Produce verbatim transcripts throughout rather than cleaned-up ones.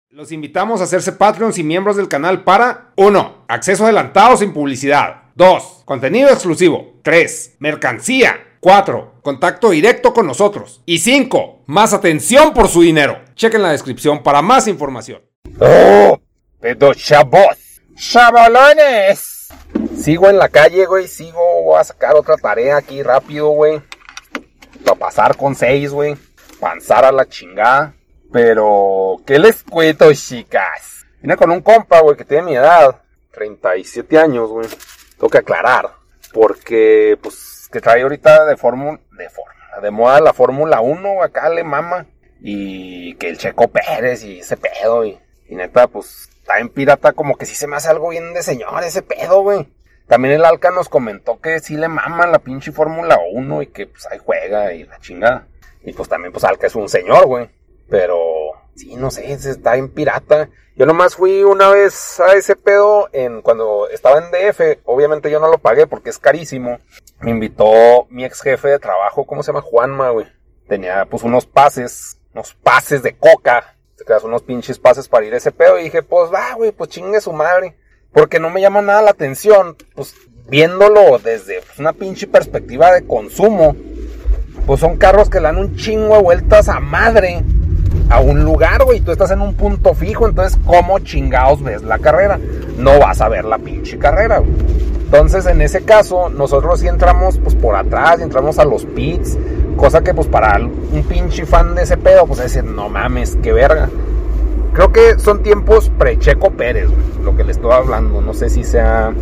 Los invitamos a hacerse Patreons y miembros del canal para uno. Acceso adelantado sin publicidad. dos. Contenido exclusivo. tres. Mercancía. cuatro. Contacto directo con nosotros. Y cinco. Más atención por su dinero. Chequen la descripción para más información. ¡Oh! ¡Pero chavos! ¡Chavalones! Sigo en la calle, güey. Sigo. Voy a sacar otra tarea aquí rápido, güey. Para pasar con seis, güey. Panzar a la chingada. Pero, ¿qué les cuento, chicas? Vine con un compa, güey, que tiene mi edad. treinta y siete años, güey. Tengo que aclarar. Porque, pues, que trae ahorita de fórmula, de fórmula, de moda la Fórmula uno, acá le mama. Y que el Checo Pérez y ese pedo, y, y neta, pues, está en pirata, como que sí se me hace algo bien de señor ese pedo, güey. También el Alca nos comentó que sí le mama la pinche Fórmula uno y que, pues, ahí juega y la chingada. Y, pues, también, pues, Alca es un señor, güey. Pero, sí, no sé, está en pirata. Yo nomás fui una vez a ese pedo en cuando estaba en D F. Obviamente yo no lo pagué porque es carísimo. Me invitó mi ex jefe de trabajo, ¿cómo se llama? Juanma, güey. Tenía, pues, unos pases, unos pases de coca. Te quedas unos pinches pases para ir a ese pedo. Y dije, pues, va, güey, pues chingue su madre. Porque no me llama nada la atención, pues, viéndolo desde pues, una pinche perspectiva de consumo. Pues son carros que le dan un chingo de vueltas a madre a un lugar, güey, tú estás en un punto fijo, entonces, ¿cómo chingados ves la carrera? No vas a ver la pinche carrera, güey. Entonces, en ese caso, nosotros sí entramos, pues, por atrás, y entramos a los pits, cosa que, pues, para un pinche fan de ese pedo, pues, es decir, no mames, qué verga. Creo que son tiempos pre-Checo Pérez, güey, lo que le estoy hablando, no sé si sea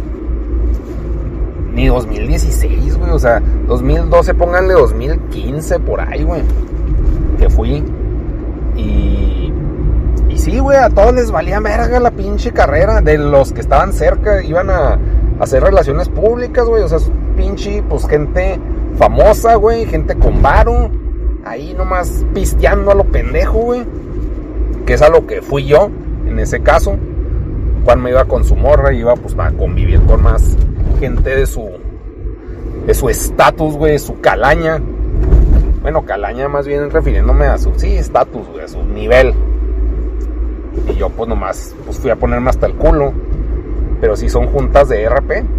ni dos mil dieciséis, güey, o sea, dos mil doce, pónganle dos mil quince, por ahí, güey, que fui. Y, y sí, güey, a todos les valía verga la pinche carrera. De los que estaban cerca, iban a, a hacer relaciones públicas, güey. O sea, pinche, pues, gente famosa, güey. Gente con varo. Ahí nomás pisteando a lo pendejo, güey. Que es a lo que fui yo, en ese caso. Juan me iba con su morra y iba, pues, para convivir con más gente de su de su estatus, güey, de su calaña. Bueno, calaña más bien refiriéndome a su, sí, estatus, güey, a su nivel. Y yo pues nomás, pues fui a ponerme hasta el culo. Pero sí son juntas de R P.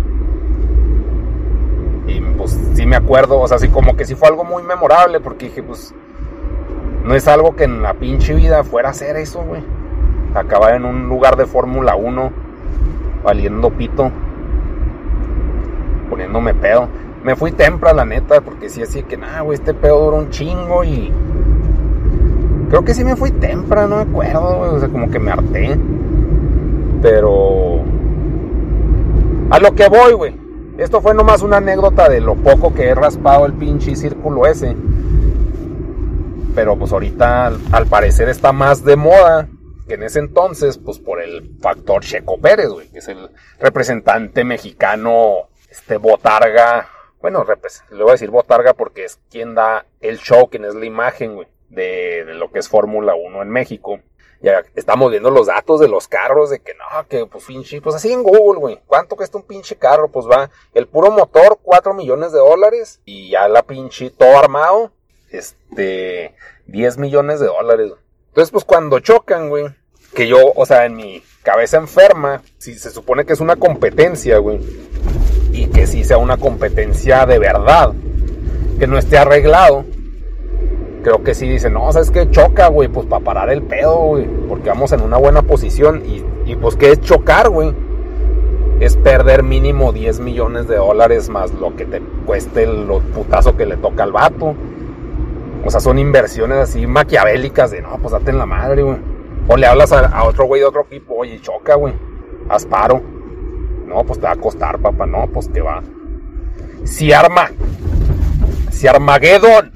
Y pues sí me acuerdo, o sea, sí como que sí fue algo muy memorable. Porque dije, pues, no es algo que en la pinche vida fuera a hacer eso, güey. Acabar en un lugar de Fórmula uno, valiendo pito, poniéndome pedo. Me fui temprano, la neta, porque sí, así que, nah, güey, este pedo duró un chingo y... Creo que sí me fui temprano, no me acuerdo, güey, o sea, como que me harté. Pero... A lo que voy, güey. Esto fue nomás una anécdota de lo poco que he raspado el pinche círculo ese. Pero, pues, ahorita, al, al parecer, está más de moda que en ese entonces, pues, por el factor Checo Pérez, güey, que es el representante mexicano, este, botarga... Bueno, le voy a decir botarga porque es quien da el show, quien es la imagen, güey, de, de lo que es Fórmula uno en México. Ya estamos viendo los datos de los carros, de que no, que pues pinche, pues así en Google, güey. ¿Cuánto cuesta un pinche carro? Pues va, el puro motor, cuatro millones de dólares. Y ya la pinche, todo armado, este, diez millones de dólares. Entonces, pues cuando chocan, güey, que yo, o sea, en mi cabeza enferma, si se supone que es una competencia, güey. Y que sí sea una competencia de verdad, que no esté arreglado. Creo que sí dice, no, ¿sabes qué? Choca, güey, pues para parar el pedo, güey, porque vamos en una buena posición. Y, y pues, ¿qué es chocar, güey? Es perder mínimo diez millones de dólares más lo que te cueste el putazo que le toca al vato. O sea, son inversiones así maquiavélicas de, no, pues date en la madre, güey. O le hablas a, a otro güey de otro equipo, oye, choca, güey, haz paro. No, pues te va a costar, papá. No, pues que va. Si arma. Si Armageddon.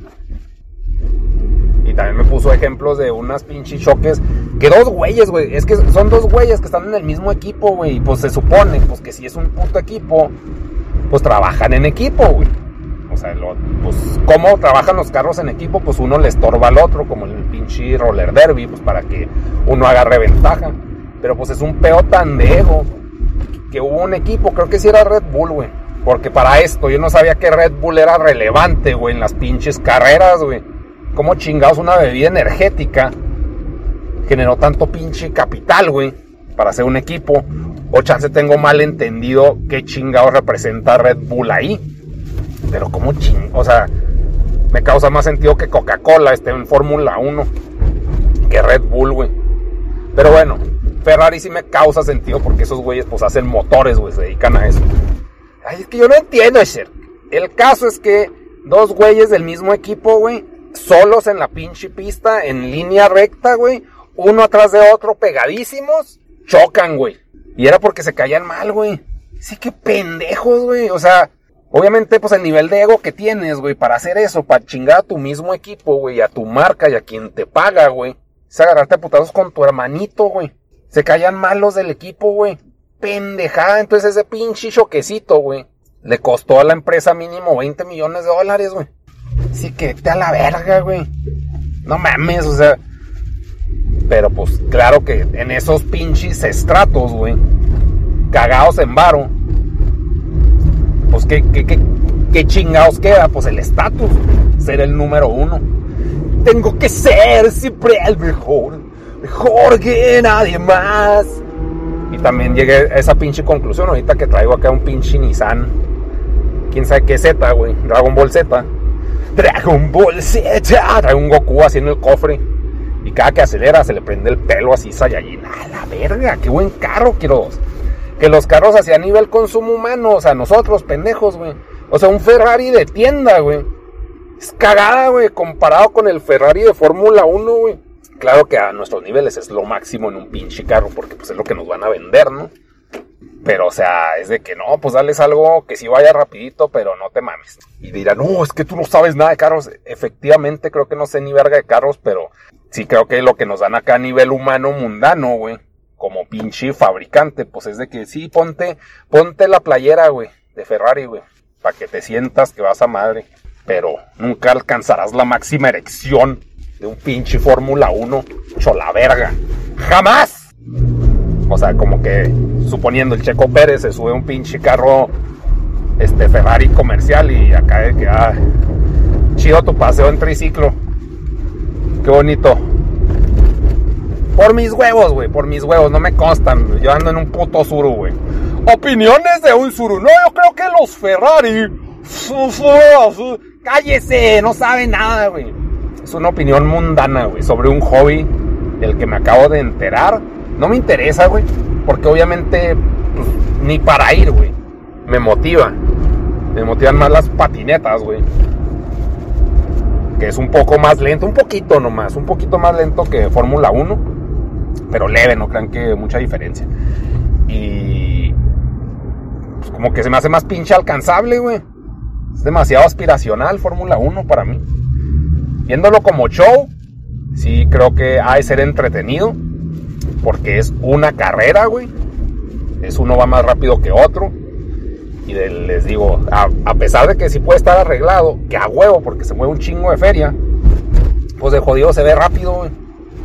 Y también me puso ejemplos de unas pinches choques. Que dos güeyes, güey. Es que son dos güeyes que están en el mismo equipo, güey. Y pues se supone, pues que si es un puto equipo, pues trabajan en equipo, güey. O sea, lo, pues cómo trabajan los carros en equipo, pues uno le estorba al otro, como el pinche roller derby, pues para que uno agarre ventaja. Pero pues es un peo tan de ego. Que hubo un equipo, creo que sí era Red Bull, güey. Porque para esto yo no sabía que Red Bull era relevante, güey, en las pinches carreras, güey. ¿Cómo chingados una bebida energética generó tanto pinche capital, güey, para hacer un equipo. O chance tengo mal entendido qué chingado representa Red Bull ahí. Pero como ching... O sea, me causa más sentido que Coca-Cola esté en Fórmula uno que Red Bull, güey. Pero bueno, Ferrari sí me causa sentido porque esos güeyes pues hacen motores, güey, se dedican a eso. Ay, es que yo no entiendo eso. El caso es que dos güeyes del mismo equipo, güey, solos en la pinche pista, en línea recta, güey, uno atrás de otro, pegadísimos, chocan, güey. Y era porque se caían mal, güey. Sí, qué pendejos, güey. O sea, obviamente, pues el nivel de ego que tienes, güey, para hacer eso, para chingar a tu mismo equipo, güey, a tu marca y a quien te paga, güey, es agarrarte a putazos con tu hermanito, güey. Se caían mal los del equipo, güey. Pendejada. Entonces ese pinche choquecito, güey, le costó a la empresa mínimo veinte millones de dólares, güey. Sí, que vete a la verga, güey. No mames, o sea. Pero pues claro que en esos pinches estratos, güey, cagados en varo, pues ¿qué, qué, qué, qué chingados queda? Pues el estatus, ser el número uno. Tengo que ser siempre el mejor, mejor que nadie más. Y también llegué a esa pinche conclusión ahorita que traigo acá un pinche Nissan, quién sabe qué Z, güey, Dragon Ball Z. Dragon Ball Z, trae un Goku así en el cofre. Y cada que acelera se le prende el pelo así Saiyajin. ¡A la verga! ¡Qué buen carro, quiero! Que los carros hacia nivel consumo humano, o sea, nosotros, pendejos, güey. O sea, un Ferrari de tienda, güey. Es cagada, güey, comparado con el Ferrari de Fórmula uno, güey. Claro que a nuestros niveles es lo máximo en un pinche carro, porque pues es lo que nos van a vender, ¿no? Pero, o sea, es de que no, pues dales algo que sí vaya rapidito, pero no te mames. Y dirán, no, es que tú no sabes nada de carros. Efectivamente, creo que no sé ni verga de carros, pero sí creo que lo que nos dan acá a nivel humano mundano, güey, como pinche fabricante, pues es de que sí, ponte, ponte la playera, güey, de Ferrari, güey, para que te sientas que vas a madre. Pero nunca alcanzarás la máxima erección de un pinche Fórmula uno, chola verga. ¡Jamás! O sea, como que, suponiendo el Checo Pérez se sube un pinche carro este Ferrari comercial y acá de que, ah, chido tu paseo en triciclo. Qué bonito. Por mis huevos, güey, por mis huevos, no me constan. Yo ando en un puto suru, güey. Opiniones de un suru. No, yo creo que los Ferrari... Cállese, no sabe nada, güey. Es una opinión mundana, güey, sobre un hobby del que me acabo de enterar. No me interesa, güey, porque obviamente, pues, ni para ir, güey. Me motiva. Me motivan más las patinetas, güey. Que es un poco más lento, un poquito nomás, un poquito más lento que Fórmula uno. Pero leve, no crean que mucha diferencia. Y pues como que se me hace más pinche alcanzable, güey. Es demasiado aspiracional Fórmula uno para mí. Viéndolo como show, sí creo que ha de ser entretenido. Porque es una carrera, güey. Es uno va más rápido que otro. Y de, les digo, a, a pesar de que sí puede estar arreglado, que a huevo, porque se mueve un chingo de feria, pues de jodido se ve rápido, güey.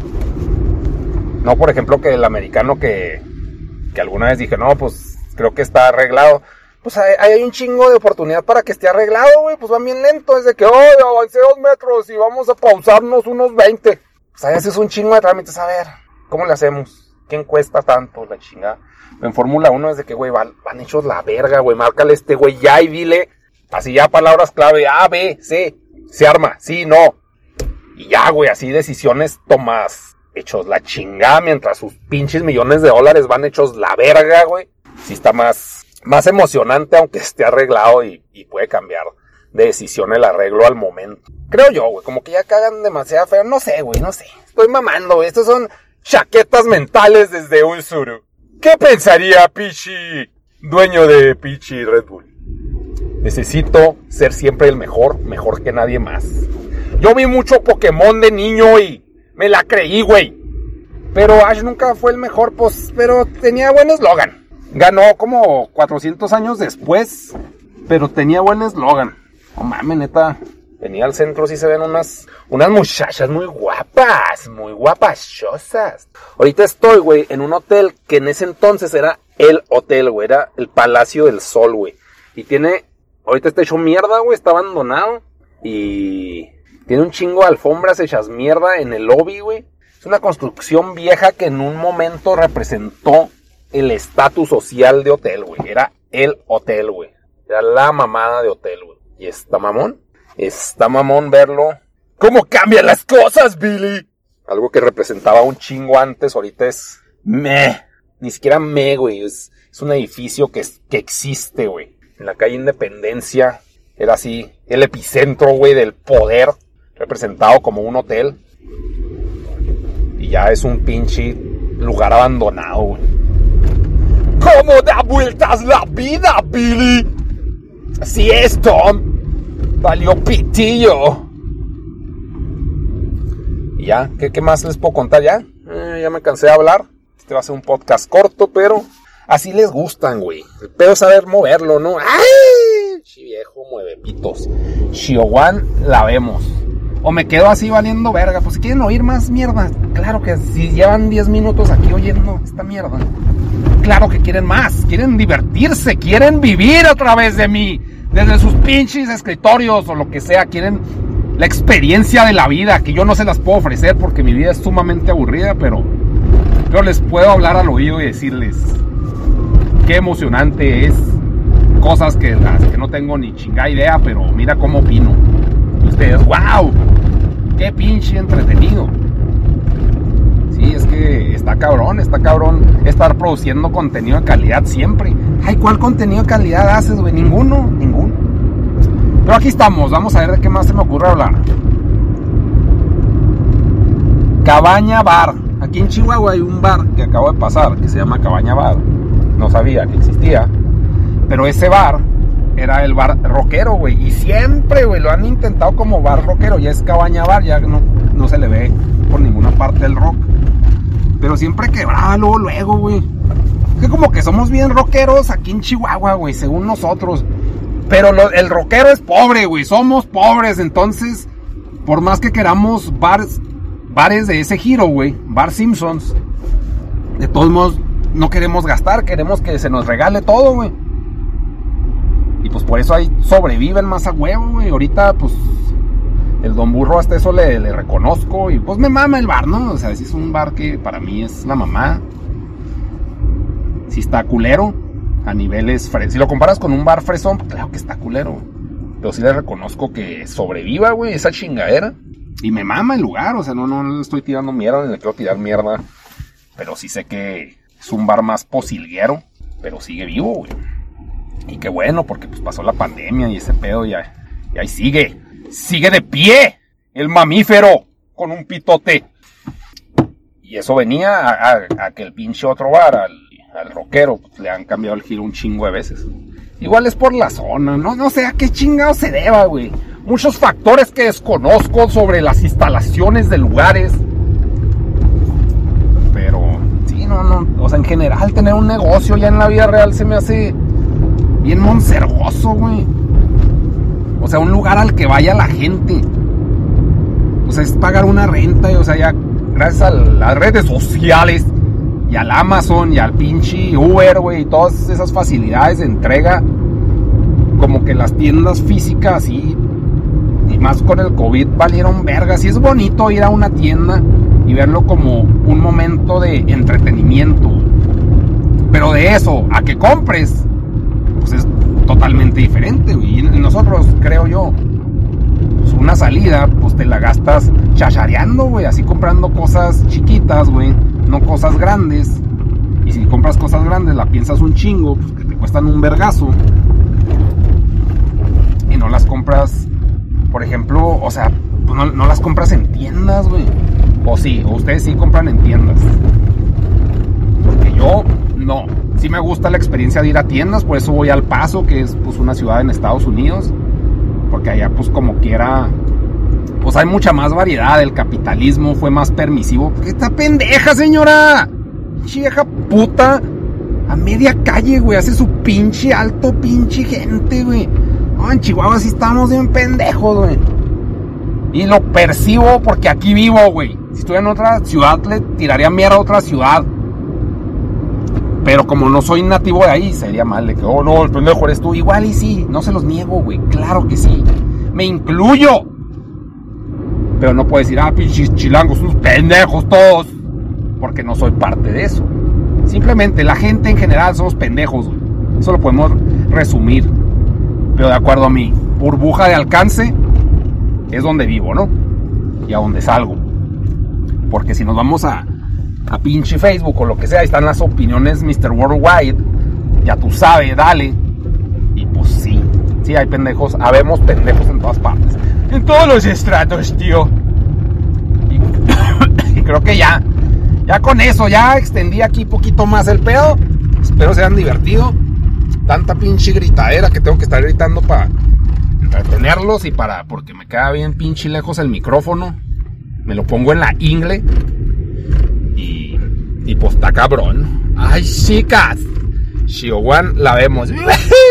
No, por ejemplo, que el americano que, que alguna vez dije, no, pues creo que está arreglado. Pues hay, hay un chingo de oportunidad para que esté arreglado, güey. Pues van bien lento. Es de que, oh, avancé dos metros y vamos a pausarnos unos veinte. Pues ahí haces un chingo de trámites, a ver. ¿Cómo le hacemos? ¿Quién cuesta tanto? La chingada. En Fórmula uno es de que, güey, van, van hechos la verga, güey. Márcale este güey ya y dile, así ya palabras clave, A, B, C. Se arma, sí, no. Y ya, güey, así decisiones tomas hechos la chingada mientras sus pinches millones de dólares van hechos la verga, güey. Sí está más, más emocionante aunque esté arreglado y, y puede cambiar de decisión el arreglo al momento. Creo yo, güey, como que ya cagan demasiado feo. No sé, güey, no sé. Estoy mamando, güey. Estos son chaquetas mentales desde un suru. ¿Qué pensaría Pichi, dueño de Pichi Red Bull? Necesito ser siempre el mejor, mejor que nadie más. Yo vi mucho Pokémon de niño y me la creí, güey. Pero Ash nunca fue el mejor, pues, pero tenía buen eslogan. Ganó como cuatrocientos años después, pero tenía buen eslogan. No mames, neta. Venía al centro, sí se ven unas, unas muchachas muy guapas, muy guapachosas. Ahorita estoy, güey, en un hotel que en ese entonces era el hotel, güey, era el Palacio del Sol, güey. Y tiene, ahorita está hecho mierda, güey, está abandonado. Y tiene un chingo de alfombras hechas mierda en el lobby, güey. Es una construcción vieja que en un momento representó el estatus social de hotel, güey. Era el hotel, güey. Era la mamada de hotel, güey. Y está mamón. Está mamón verlo. ¿Cómo cambian las cosas, Billy? Algo que representaba un chingo antes, ahorita es meh. Ni siquiera meh, güey. Es, es un edificio que, que existe, güey. En la calle Independencia era así, el epicentro, güey, del poder, representado como un hotel. Y ya es un pinche lugar abandonado, güey. ¿Cómo da vueltas la vida, Billy? Así es, Tom. Valió pitillo. Y ya, ¿qué, qué más les puedo contar ya? Eh, ya me cansé de hablar. Este va a ser un podcast corto, pero así les gustan, güey. El pedo es saber moverlo, ¿no? ¡Ay! Chi viejo, mueve pitos. Chihuahua, la vemos. O me quedo así valiendo verga. Pues si quieren oír más mierda, claro que si llevan diez minutos aquí oyendo esta mierda, claro que quieren más. Quieren divertirse, quieren vivir a través de mí. Desde sus pinches escritorios o lo que sea. Quieren la experiencia de la vida, que yo no se las puedo ofrecer porque mi vida es sumamente aburrida, pero yo les puedo hablar al oído y decirles qué emocionante es. Cosas que, las que no tengo ni chingada idea, pero mira cómo opino. Y ustedes, wow, qué pinche entretenido. Sí, es que está cabrón, está cabrón estar produciendo contenido de calidad siempre. Ay, ¿cuál contenido de calidad haces, güey? Ninguno, ninguno. Pero aquí estamos, vamos a ver de qué más se me ocurre hablar. Cabaña Bar. Aquí en Chihuahua hay un bar que acabo de pasar, que se llama Cabaña Bar. No sabía que existía. Pero ese bar era el bar rockero, güey. Y siempre, güey, lo han intentado como bar rockero. Ya es Cabaña Bar, ya no, no se le ve por ninguna parte el rock. Pero siempre quebraba luego, luego, güey. Es que como que somos bien rockeros aquí en Chihuahua, güey, según nosotros. Pero lo, el rockero es pobre, güey. Somos pobres, entonces, por más que queramos bares, bares de ese giro, güey, Bar Simpsons, de todos modos, no queremos gastar, queremos que se nos regale todo, güey. Y pues por eso ahí sobreviven más a huevo, güey. Ahorita, pues, el Don Burro hasta eso le, le reconozco. Y pues me mama el bar, ¿no? O sea, si es un bar que para mí es la mamá. Si está culero, a niveles fres. Si lo comparas con un bar fresón, pues claro que está culero. Pero sí le reconozco que sobreviva, güey, esa chingadera. Y me mama el lugar, o sea, no, no le estoy tirando mierda, ni le quiero tirar mierda. Pero sí sé que es un bar más posilguero, pero sigue vivo, güey. Y qué bueno, porque pues pasó la pandemia y ese pedo ya, y ahí sigue. Sigue de pie el mamífero con un pitote. Y eso venía a, a, a que el pinche otro bar, al, al rockero, pues, le han cambiado el giro un chingo de veces. Igual es por la zona, no, no sé a qué chingado se deba, güey. Muchos factores que desconozco sobre las instalaciones de lugares. Pero, sí, no, no. O sea, en general tener un negocio ya en la vida real se me hace bien monsergoso, güey. O sea, un lugar al que vaya la gente. O sea, es pagar una renta, y, o sea, ya gracias a las redes sociales y al Amazon y al pinche Uber, güey, y todas esas facilidades de entrega, como que las tiendas físicas, sí, y más con el COVID, valieron verga. Sí es bonito ir a una tienda y verlo como un momento de entretenimiento, pero de eso a que compres, pues es totalmente diferente, güey. Y nosotros, creo yo, pues una salida, pues te la gastas chachareando, güey, así comprando cosas chiquitas, güey, no cosas grandes. Y si compras cosas grandes, la piensas un chingo, pues que te cuestan un vergazo. Y no las compras, por ejemplo, o sea, pues no, no las compras en tiendas, güey. O sí, o ustedes sí compran en tiendas. Porque yo, no. Sí me gusta la experiencia de ir a tiendas, por eso voy al Paso, que es pues una ciudad en Estados Unidos. Porque allá pues como quiera, pues hay mucha más variedad. El capitalismo fue más permisivo. ¿Qué esta pendeja, señora? Vieja puta. A media calle, güey, hace su pinche alto, pinche gente, güey. No, en Chihuahua sí estamos bien pendejos, güey. Y lo percibo porque aquí vivo, güey. Si estuviera en otra ciudad, le tiraría mierda a otra ciudad. Pero como no soy nativo de ahí, sería mal de que, oh no, el pendejo eres tú. Igual y sí, no se los niego, güey. Claro que sí. Me incluyo. Pero no puedo decir, ah, pinches chilangos, unos pendejos todos, porque no soy parte de eso. Simplemente la gente en general somos pendejos, güey. Eso lo podemos resumir. Pero de acuerdo a mi burbuja de alcance, es donde vivo, ¿no? Y a donde salgo. Porque si nos vamos a, a pinche Facebook o lo que sea, ahí están las opiniones mister Worldwide. Ya tú sabes, dale. Y pues sí, sí hay pendejos, habemos pendejos en todas partes. En todos los estratos, tío. Y, y creo que ya, ya con eso, ya extendí aquí poquito más el pedo. Espero se hayan divertido. Tanta pinche gritadera que tengo que estar gritando para entretenerlos y para, porque me queda bien pinche lejos el micrófono. Me lo pongo en la ingle. Y, y pues está cabrón. Ay, chicas. Chihuahua, la vemos.